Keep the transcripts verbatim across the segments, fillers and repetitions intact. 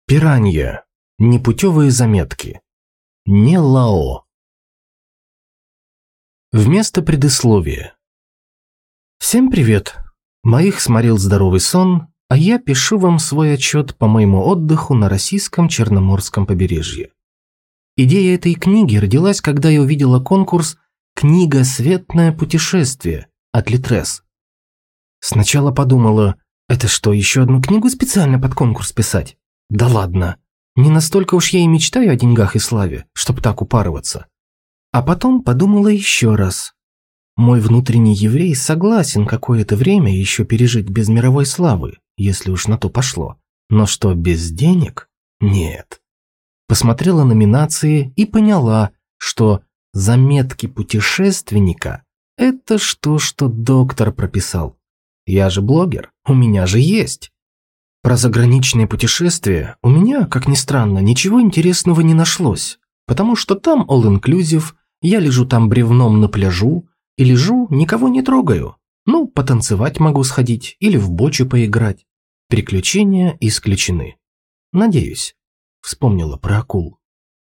Пиранья. Непутевые заметки. Не Лао. Вместо предисловия. Всем привет. Моих сморил здоровый сон, а я пишу вам свой отчет по моему отдыху на российском Черноморском побережье. Идея этой книги родилась, когда я увидела конкурс «Книга Светное путешествие» от Литрес. Сначала подумала, это что, еще одну книгу специально под конкурс писать? Да ладно, не настолько уж я и мечтаю о деньгах и славе, чтоб так упарываться. А потом подумала еще раз. Мой внутренний еврей согласен какое-то время еще пережить без мировой славы, если уж на то пошло. Но что, без денег? Нет. Посмотрела номинации и поняла, что заметки путешественника – это что, что доктор прописал. Я же блогер, у меня же есть. Про заграничные путешествия у меня, как ни странно, ничего интересного не нашлось, потому что там all-inclusive, я лежу там бревном на пляжу и лежу, никого не трогаю. Ну, потанцевать могу сходить или в бочу поиграть. Приключения исключены. Надеюсь, вспомнила про акул.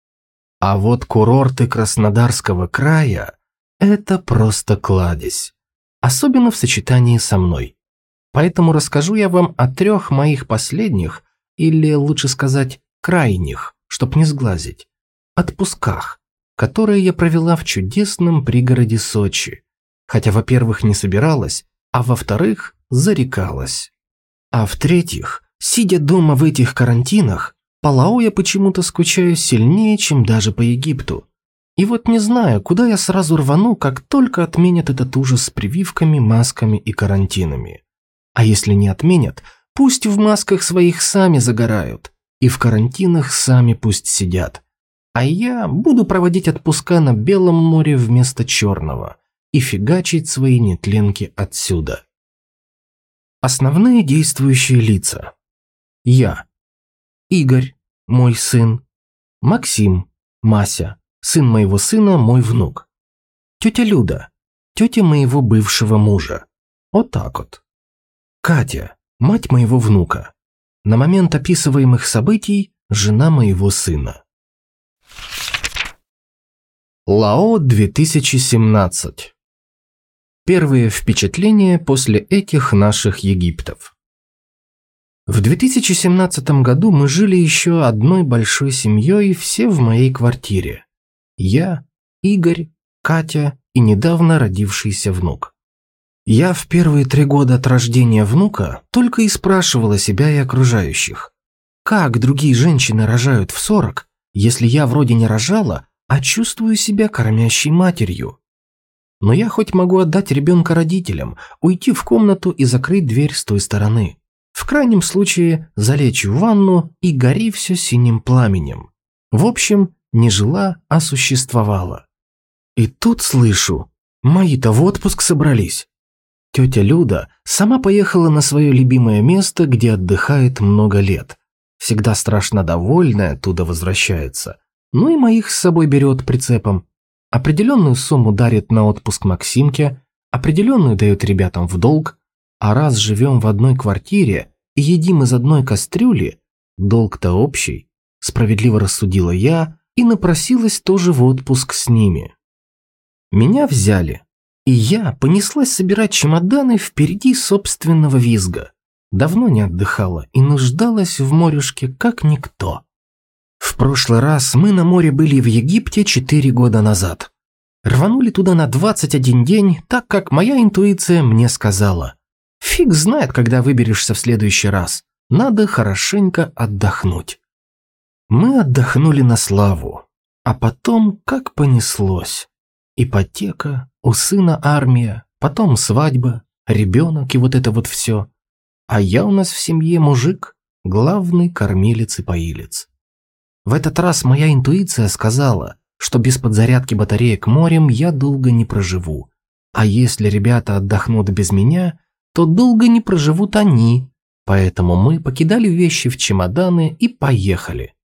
А вот курорты Краснодарского края – это просто кладезь, особенно в сочетании со мной. Поэтому расскажу я вам о трех моих последних, или лучше сказать, крайних, чтоб не сглазить, отпусках, которые я провела в чудесном пригороде Сочи. Хотя, во-первых, не собиралась, а во-вторых, зарекалась. А в-третьих, сидя дома в этих карантинах, по Лао я почему-то скучаю сильнее, чем даже по Египту. И вот не знаю, куда я сразу рвану, как только отменят этот ужас с прививками, масками и карантинами. А если не отменят, пусть в масках своих сами загорают, и в карантинах сами пусть сидят. А я буду проводить отпуска на Белом море вместо Черного и фигачить свои нетленки отсюда. Основные действующие лица. Я. Игорь, мой сын. Максим, Мася, сын моего сына, мой внук. Тетя Люда, тетя моего бывшего мужа. Вот так вот. Катя, мать моего внука. На момент описываемых событий жена моего сына. Лао две тысячи семнадцать. Первые впечатления после этих наших Египтов. В две тысячи семнадцатом году мы жили еще одной большой семьей, все в моей квартире. Я, Игорь, Катя и недавно родившийся внук. Я в первые три года от рождения внука только и спрашивала себя и окружающих, как другие женщины рожают в сорок, если я вроде не рожала, а чувствую себя кормящей матерью. Но я хоть могу отдать ребенка родителям, уйти в комнату и закрыть дверь с той стороны. В крайнем случае залечь в ванну и гори все синим пламенем. В общем, не жила, а существовала. И тут слышу, мои-то в отпуск собрались. Тетя Люда сама поехала на свое любимое место, где отдыхает много лет. Всегда страшно довольная оттуда возвращается. Ну и моих с собой берет прицепом. Определенную сумму дарит на отпуск Максимке, определенную дает ребятам в долг, а раз живем в одной квартире и едим из одной кастрюли, долг-то общий, справедливо рассудила я и напросилась тоже в отпуск с ними. Меня взяли. И я понеслась собирать чемоданы впереди собственного визга. Давно не отдыхала и нуждалась в морюшке как никто. В прошлый раз мы на море были в Египте четыре года назад. Рванули туда на двадцать один день, так как моя интуиция мне сказала. Фиг знает, когда выберешься в следующий раз. Надо хорошенько отдохнуть. Мы отдохнули на славу. А потом как понеслось. Ипотека, у сына армия, потом свадьба, ребенок и вот это вот все. А я у нас в семье мужик, главный кормилец и поилец. В этот раз моя интуиция сказала, что без подзарядки батареек морем я долго не проживу. А если ребята отдохнут без меня, то долго не проживут они. Поэтому мы покидали вещи в чемоданы и поехали.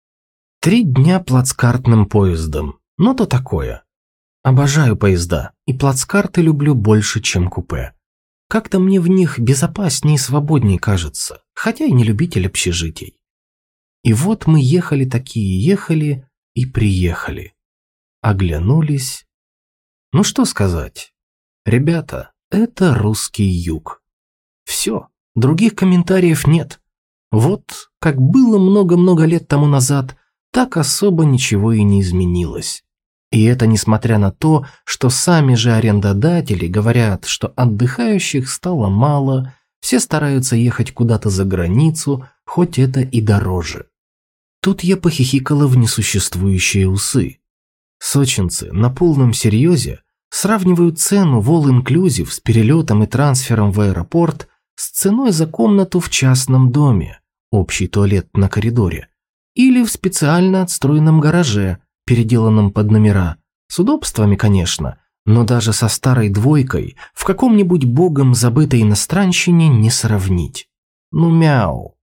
Три дня плацкартным поездом, но то такое. Обожаю поезда, и плацкарты люблю больше, чем купе. Как-то мне в них безопаснее и свободнее кажется, хотя и не любитель общежитий. И вот мы ехали такие, ехали и приехали. Оглянулись. Ну что сказать? Ребята, это русский юг. Все, других комментариев нет. Вот как было много-много лет тому назад, так особо ничего и не изменилось. И это несмотря на то, что сами же арендодатели говорят, что отдыхающих стало мало, все стараются ехать куда-то за границу, хоть это и дороже. Тут я похихикала в несуществующие усы. Сочинцы на полном серьезе сравнивают цену в all-inclusive с перелетом и трансфером в аэропорт с ценой за комнату в частном доме, общий туалет на коридоре, или в специально отстроенном гараже, переделанном под номера, с удобствами, конечно, но даже со старой двойкой в каком-нибудь богом забытой иностранщине не сравнить. Ну мяу.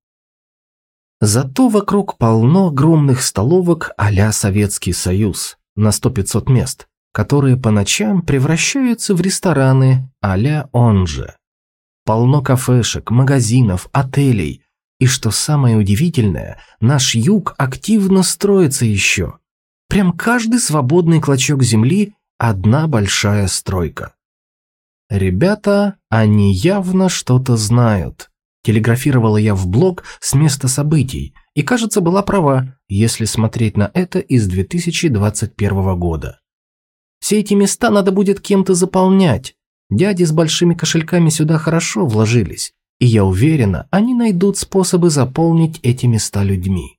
Зато вокруг полно огромных столовок а-ля Советский Союз на сто-пятьсот мест, которые по ночам превращаются в рестораны а-ля он же. Полно кафешек, магазинов, отелей. И что самое удивительное, наш юг активно строится еще. Прям каждый свободный клочок земли – одна большая стройка. Ребята, они явно что-то знают. Телеграфировала я в блог с места событий, и, кажется, была права, если смотреть на это из две тысячи двадцать первого года. Все эти места надо будет кем-то заполнять. Дяди с большими кошельками сюда хорошо вложились, и я уверена, они найдут способы заполнить эти места людьми.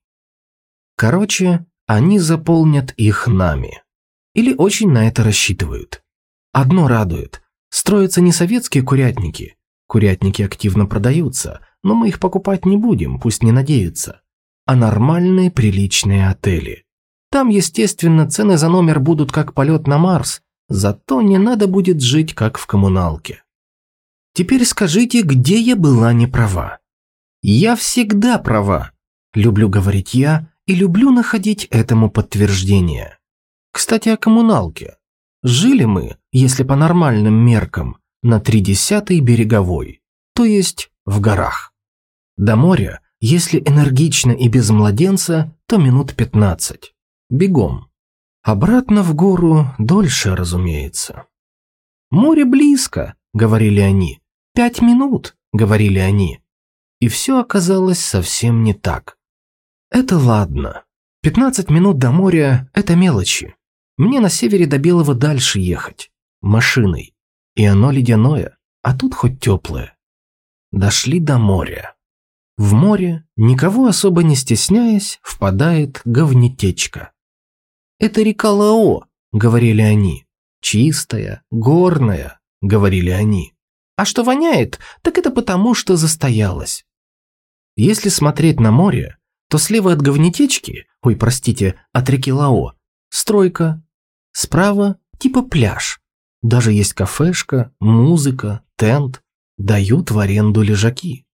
Короче, они заполнят их нами. Или очень на это рассчитывают. Одно радует. Строятся не советские курятники. Курятники активно продаются, но мы их покупать не будем, пусть не надеются. А нормальные приличные отели. Там, естественно, цены за номер будут как полет на Марс, зато не надо будет жить как в коммуналке. Теперь скажите, где я была не права? Я всегда права. Люблю говорить я и люблю находить этому подтверждение. Кстати, о коммуналке. Жили мы, если по нормальным меркам, на тридесятой береговой, то есть в горах. До моря, если энергично и без младенца, то минут пятнадцать. Бегом. Обратно в гору дольше, разумеется. «Море близко», — говорили они. «Пять минут», — говорили они. И все оказалось совсем не так. Это ладно. пятнадцать минут до моря – это мелочи. Мне на севере до Белого дальше ехать. Машиной. И оно ледяное, а тут хоть теплое. Дошли до моря. В море, никого особо не стесняясь, впадает говнетечка. «Это река Лао», — говорили они. «Чистая, горная», — говорили они. «А что воняет, так это потому, что застоялась». Если смотреть на море, то слева от говнетечки, ой, простите, от реки Лао, стройка. Справа типа пляж. Даже есть кафешка, музыка, тент. Дают в аренду лежаки.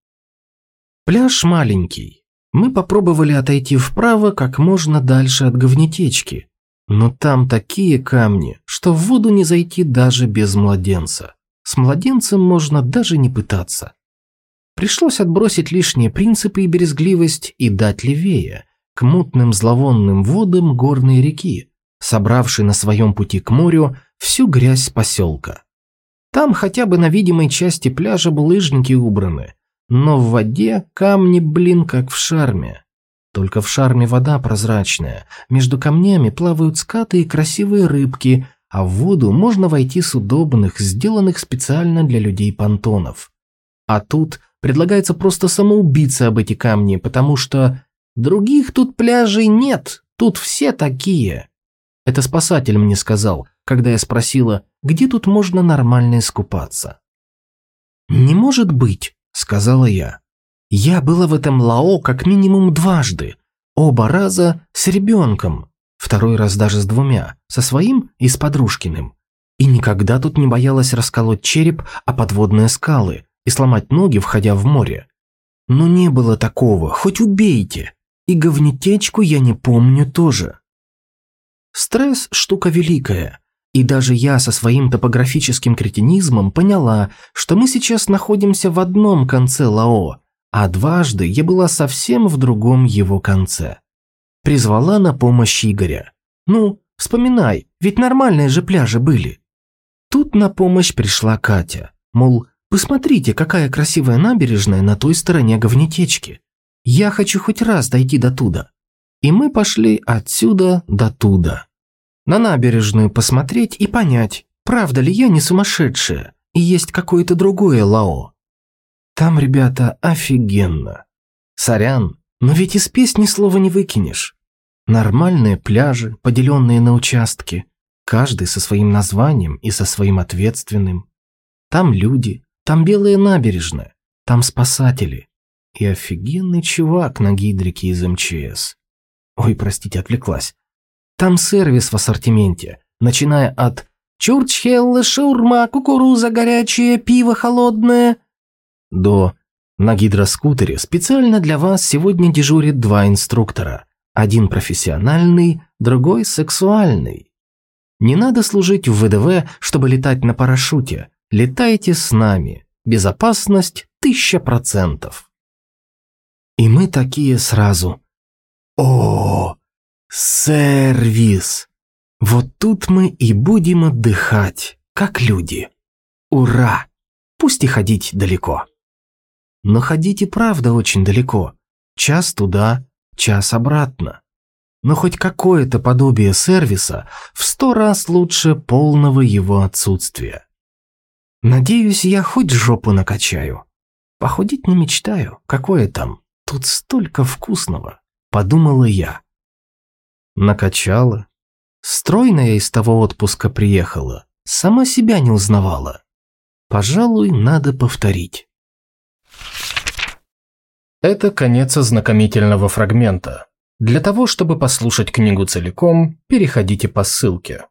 Пляж маленький. Мы попробовали отойти вправо как можно дальше от говнетечки. Но там такие камни, что в воду не зайти даже без младенца. С младенцем можно даже не пытаться. Пришлось отбросить лишние принципы и брезгливость и дать левее, к мутным зловонным водам горной реки, собравшей на своем пути к морю всю грязь поселка. Там хотя бы на видимой части пляжа булыжники убраны, но в воде камни, блин, как в шарме. Только в шарме вода прозрачная, между камнями плавают скаты и красивые рыбки, а в воду можно войти с удобных, сделанных специально для людей понтонов. А тут предлагается просто самоубиться об эти камни, потому что других тут пляжей нет, тут все такие. Это спасатель мне сказал, когда я спросила, где тут можно нормально искупаться. «Не может быть», — сказала я. «Я была в этом Лао как минимум дважды, оба раза с ребенком, второй раз даже с двумя, со своим и с подружкиным, и никогда тут не боялась расколоть череп о подводные скалы и сломать ноги, входя в море. Но не было такого, хоть убейте, и говнетечку я не помню тоже». Стресс – штука великая, и даже я со своим топографическим кретинизмом поняла, что мы сейчас находимся в одном конце Лао, А дважды я была совсем в другом его конце. Призвала на помощь Игоря. Ну, вспоминай, ведь нормальные же пляжи были. Тут на помощь пришла Катя. Мол, посмотрите, какая красивая набережная на той стороне говнетечки. Я хочу хоть раз дойти до туда. И мы пошли отсюда до туда. На набережную посмотреть и понять, правда ли я не сумасшедшая, и есть какое-то другое Лао. Там, ребята, офигенно. Сорян, но ведь из песни слова не выкинешь. Нормальные пляжи, поделенные на участки, каждый со своим названием и со своим ответственным. Там люди, там белая набережная, там спасатели. И офигенный чувак на гидрике из эм че эс. Ой, простите, отвлеклась. Там сервис в ассортименте, начиная от «Чурчхеллы, шаурма, кукуруза горячая, пиво холодное» до «На гидроскутере специально для вас сегодня дежурит два инструктора. Один профессиональный, другой сексуальный. Не надо служить в вэ дэ вэ, чтобы летать на парашюте. Летайте с нами. Безопасность тысяча процентов». И мы такие сразу. О, сервис! Вот тут мы и будем отдыхать, как люди. Ура! Пусть и ходить далеко. Но ходить и правда очень далеко. Час туда, час обратно. Но хоть какое-то подобие сервиса в сто раз лучше полного его отсутствия. Надеюсь, я хоть жопу накачаю. Походить не мечтаю, какое там. Тут столько вкусного, подумала я. Накачала. Стройная из того отпуска приехала, сама себя не узнавала. Пожалуй, надо повторить. Это конец ознакомительного фрагмента. Для того, чтобы послушать книгу целиком, переходите по ссылке.